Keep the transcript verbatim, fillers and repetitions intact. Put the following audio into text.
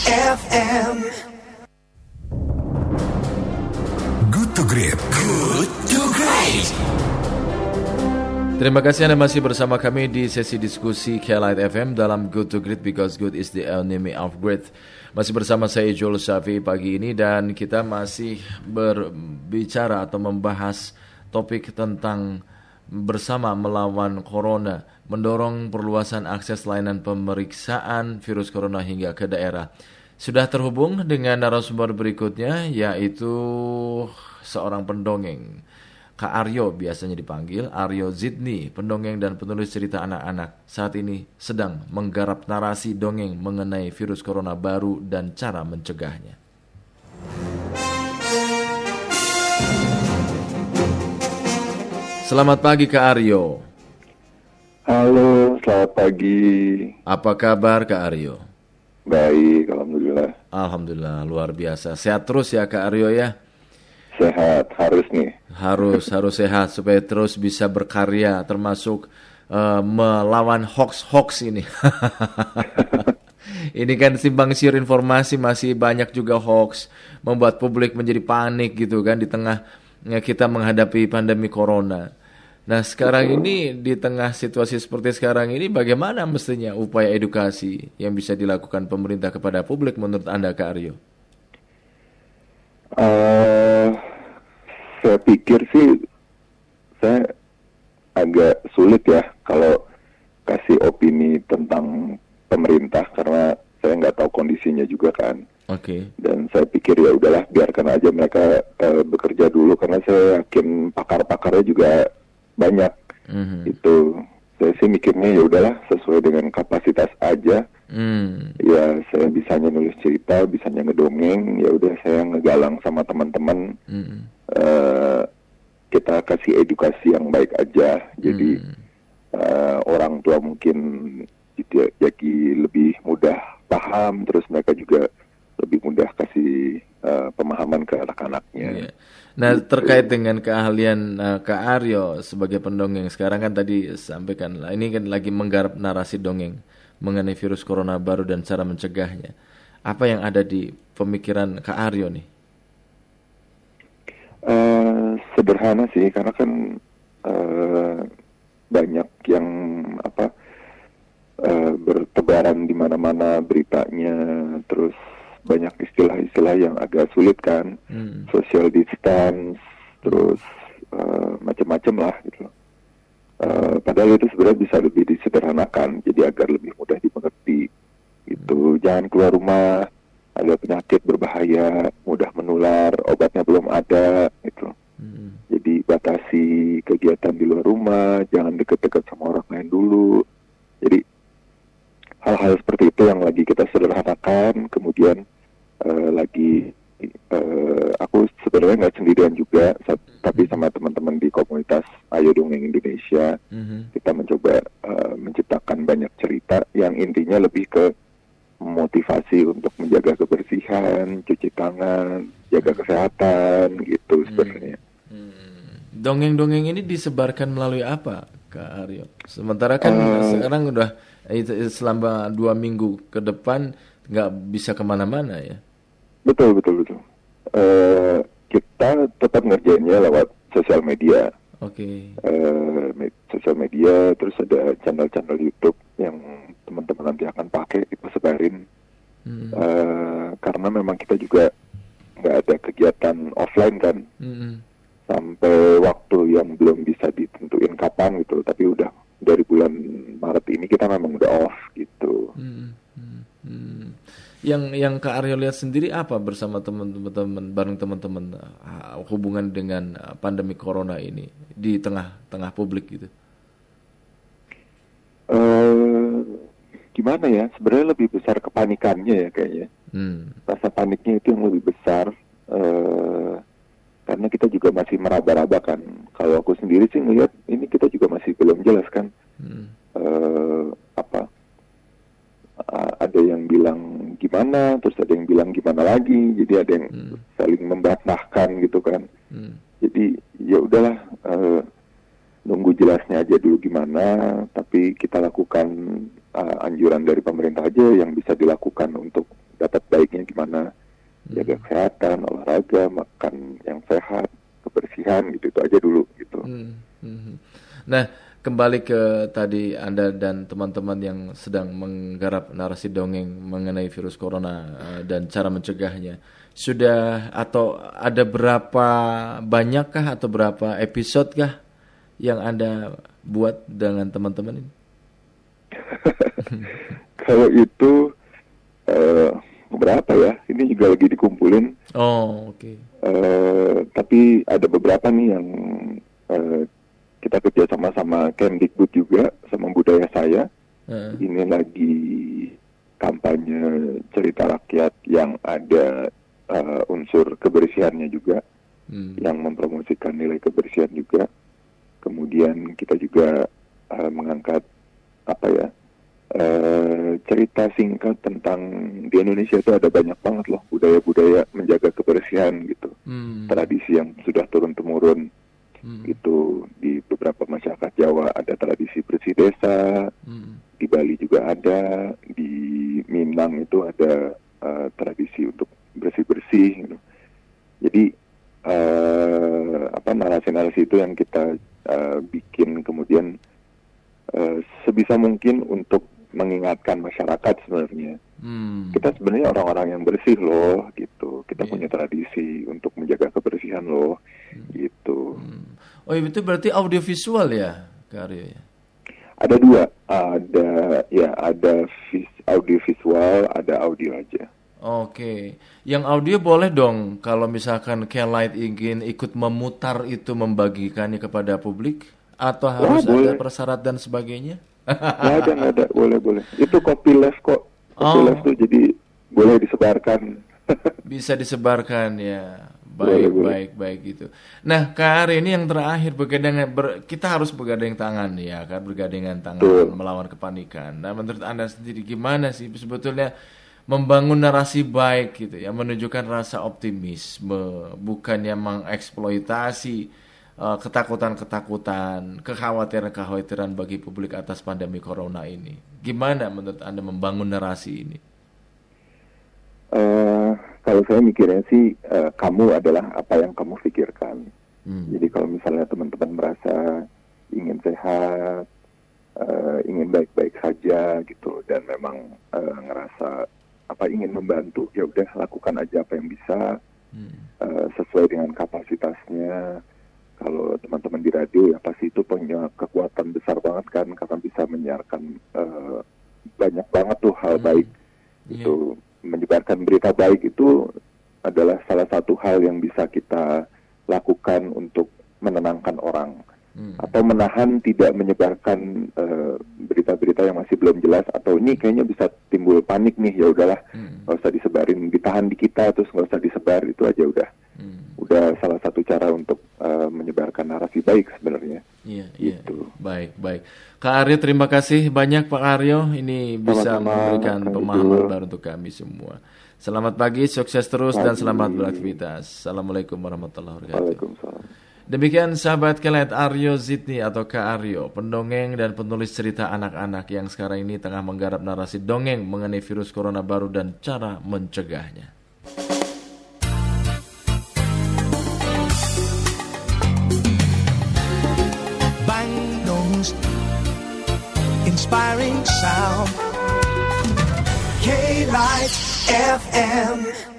F M. Good to Great. Good to Great. Terima kasih Anda masih bersama kami di sesi diskusi K-Light F M dalam Good to Great because good is the enemy of great. Masih bersama saya Joel Syafi pagi ini dan kita masih berbicara atau membahas topik tentang bersama melawan corona, mendorong perluasan akses layanan pemeriksaan virus corona hingga ke daerah. Sudah terhubung dengan narasumber berikutnya, yaitu seorang pendongeng, Kak Aryo biasanya dipanggil, Aryo Zidni, pendongeng dan penulis cerita anak-anak. Saat ini sedang menggarap narasi dongeng mengenai virus corona baru dan cara mencegahnya. Selamat pagi Kak Aryo. Halo, selamat pagi. Apa kabar Kak Aryo? Baik, alhamdulillah. Alhamdulillah, luar biasa. Sehat terus ya Kak Aryo ya? Sehat, harus nih. Harus, harus sehat supaya terus bisa berkarya, termasuk uh, melawan hoax-hoax ini. Ini kan simpang siur informasi, masih banyak juga hoax, membuat publik menjadi panik gitu kan di tengah ya, kita menghadapi pandemi corona. Nah sekarang ini di tengah situasi seperti sekarang ini bagaimana mestinya upaya edukasi yang bisa dilakukan pemerintah kepada publik menurut Anda Kak Aryo? Uh, saya pikir sih saya agak sulit ya kalau kasih opini tentang pemerintah karena saya nggak tahu kondisinya juga kan. Oke. Okay. Dan saya pikir ya udahlah biarkan aja mereka uh, bekerja dulu karena saya yakin pakar-pakarnya juga banyak. Mm-hmm. Itu saya sih mikirnya ya udahlah sesuai dengan kapasitas aja. Mm. Ya saya bisanya nulis cerita, bisanya ngedongeng, ya udah saya ngegalang sama teman-teman. Mm. Uh, kita kasih edukasi yang baik aja. Jadi mm. uh, orang tua mungkin gitu, jadi lebih mudah paham, terus mereka juga lebih mudah kasih uh, pemahaman ke anak-anaknya. Yeah. Nah terkait dengan keahlian uh, Kak Aryo sebagai pendongeng, sekarang kan tadi sampaikan, ini kan lagi menggarap narasi dongeng mengenai virus corona baru dan cara mencegahnya. Apa yang ada di pemikiran Kak Aryo nih? Uh, sederhana sih, karena kan uh, banyak yang apa uh, bertebaran di mana-mana beritanya, terus banyak istilah-istilah yang agak sulit kan, hmm. social distance, terus uh, macam-macam lah gitu. Uh, padahal itu sebenarnya bisa lebih disederhanakan, jadi agar lebih mudah dimengerti. Itu jangan keluar rumah, ada penyakit berbahaya, mudah menular, obatnya belum ada, gitu. Hmm. Jadi batasi kegiatan di luar rumah, jangan dekat-dekat sama orang lain dulu. Jadi hal-hal seperti itu yang lagi kita sederhanakan, kemudian Uh, lagi uh, aku sebenarnya nggak sendirian juga, tapi sama teman-teman di komunitas Ayo Dongeng Indonesia, mm-hmm. kita mencoba uh, menciptakan banyak cerita yang intinya lebih ke motivasi untuk menjaga kebersihan, cuci tangan, jaga kesehatan gitu sebenarnya. Mm-hmm. Dongeng-dongeng ini disebarkan melalui apa Kak Aryo? Sementara kan uh, sekarang udah selama dua minggu ke depan nggak bisa kemana-mana ya. Betul, betul, betul. Uh, kita tetap ngerjainnya lewat sosial media. Oke. Okay. Uh, me- sosial media, terus ada channel-channel YouTube yang teman-teman nanti akan pakai, kita sebarin. Hmm. Uh, karena memang kita juga nggak ada kegiatan offline kan. Hmm. Sampai waktu yang belum bisa ditentuin kapan gitu. Tapi udah dari bulan Maret ini kita memang udah off gitu. Hmm. Hmm. Hmm. Yang yang Kak Aryo lihat sendiri apa bersama teman-teman, bareng teman-teman, hubungan dengan pandemi corona ini di tengah-tengah publik gitu? Uh, gimana ya? Sebenarnya lebih besar kepanikannya ya kayaknya. Hmm. Rasa paniknya itu yang lebih besar. Uh, karena kita juga masih meraba-raba kan. Kalau aku sendiri sih ngelihat ini kita juga masih belum jelas kan. Hmm. Uh, apa? Uh, ada yang bilang gimana, terus ada yang bilang gimana lagi, jadi ada yang hmm. saling membantahkan gitu kan. Hmm. Jadi ya udahlah, uh, nunggu jelasnya aja dulu gimana, tapi kita lakukan uh, anjuran dari pemerintah aja yang bisa dilakukan untuk dapat baiknya gimana, jaga kesehatan, olahraga, makan yang sehat, kebersihan gitu, itu aja dulu gitu. Hmm. Hmm. Nah, kembali ke tadi Anda dan teman-teman yang sedang menggarap narasi dongeng mengenai virus corona uh, dan cara mencegahnya. Sudah atau ada berapa banyakkah atau berapa episode kah yang Anda buat dengan teman-teman ini? Kalau itu uh, berapa ya? Ini juga lagi dikumpulin. Oh, oke. Okay. Uh, tapi ada beberapa nih yang uh, kita kerja sama-sama Kemdikbud juga, sama budaya saya. Uh. Ini lagi kampanye cerita rakyat yang ada uh, unsur kebersihannya juga, hmm. yang mempromosikan nilai kebersihan juga. Kemudian kita juga uh, mengangkat apa ya, uh, cerita singkat tentang di Indonesia itu ada banyak banget loh budaya-budaya menjaga kebersihan gitu, hmm. tradisi yang sudah turun-temurun. Hmm. Itu di beberapa masyarakat Jawa ada tradisi bersih desa, hmm. di Bali juga ada, di Minang itu ada uh, tradisi untuk bersih-bersih gitu. Jadi uh, apa narasi-narasi itu yang kita uh, bikin kemudian uh, sebisa mungkin untuk mengingatkan masyarakat sebenarnya. Hmm. Kita sebenarnya orang-orang yang bersih loh gitu. Kita yeah. punya tradisi untuk menjaga kebersihan loh hmm. gitu. Hmm. Oh itu berarti audiovisual ya, Kak Aryo ya? Ada dua, ada ya ada vis, audiovisual, ada audio aja. Oke, yang audio boleh dong kalau misalkan K-Light ingin ikut memutar itu membagikannya kepada publik atau harus oh, ada persyarat dan sebagainya? Nggak ada, nggak ada, boleh boleh. Itu copyleft kok. Copyleft oh. tuh jadi boleh disebarkan. Bisa disebarkan ya. Baik, boleh, baik, boleh. baik gitu. Nah, Kak Ari, ini yang terakhir bergandengan ber, kita harus bergandeng tangan ya kan, bergandengan tangan Tuh. melawan kepanikan. Nah, menurut Anda sendiri gimana sih sebetulnya membangun narasi baik gitu ya, menunjukkan rasa optimisme, bukannya mengeksploitasi uh, ketakutan-ketakutan, kekhawatiran-kekhawatiran bagi publik atas pandemi corona ini. Gimana menurut Anda membangun narasi ini? Uh, kalau saya mikirnya sih uh, kamu adalah apa yang kamu pikirkan. Hmm. Jadi kalau misalnya teman-teman merasa ingin sehat, uh, ingin baik-baik saja gitu, dan memang uh, ngerasa apa ingin membantu, ya udah lakukan aja apa yang bisa hmm. uh, sesuai dengan kapasitasnya. Kalau teman-teman di radio ya pasti itu punya kekuatan besar banget kan, karena bisa menyiarkan uh, banyak banget tuh hal hmm. baik. Yeah. Itu menyebarkan berita baik itu adalah salah satu hal yang bisa kita lakukan untuk menenangkan orang hmm. atau menahan tidak menyebarkan uh, berita-berita yang masih belum jelas, atau ini kayaknya bisa timbul panik nih, ya udahlah nggak hmm. usah disebarin, ditahan di kita terus nggak usah disebar, itu aja udah hmm. udah salah satu cara untuk uh, menyebarkan narasi baik sebenarnya. Iya, iya. Gitu. Baik, baik. Kak Aryo, terima kasih banyak Pak Aryo. Ini bisa Sama-sama, memberikan pemahaman baru untuk kami semua. Selamat pagi, sukses terus pagi. Dan selamat beraktivitas. Assalamualaikum warahmatullahi wabarakatuh. Waalaikumsalam. Demikian sahabat K-Light, Aryo Zidni atau Kak Aryo, pendongeng dan penulis cerita anak-anak yang sekarang ini tengah menggarap narasi dongeng mengenai virus corona baru dan cara mencegahnya. Inspiring sound, K-Light F M.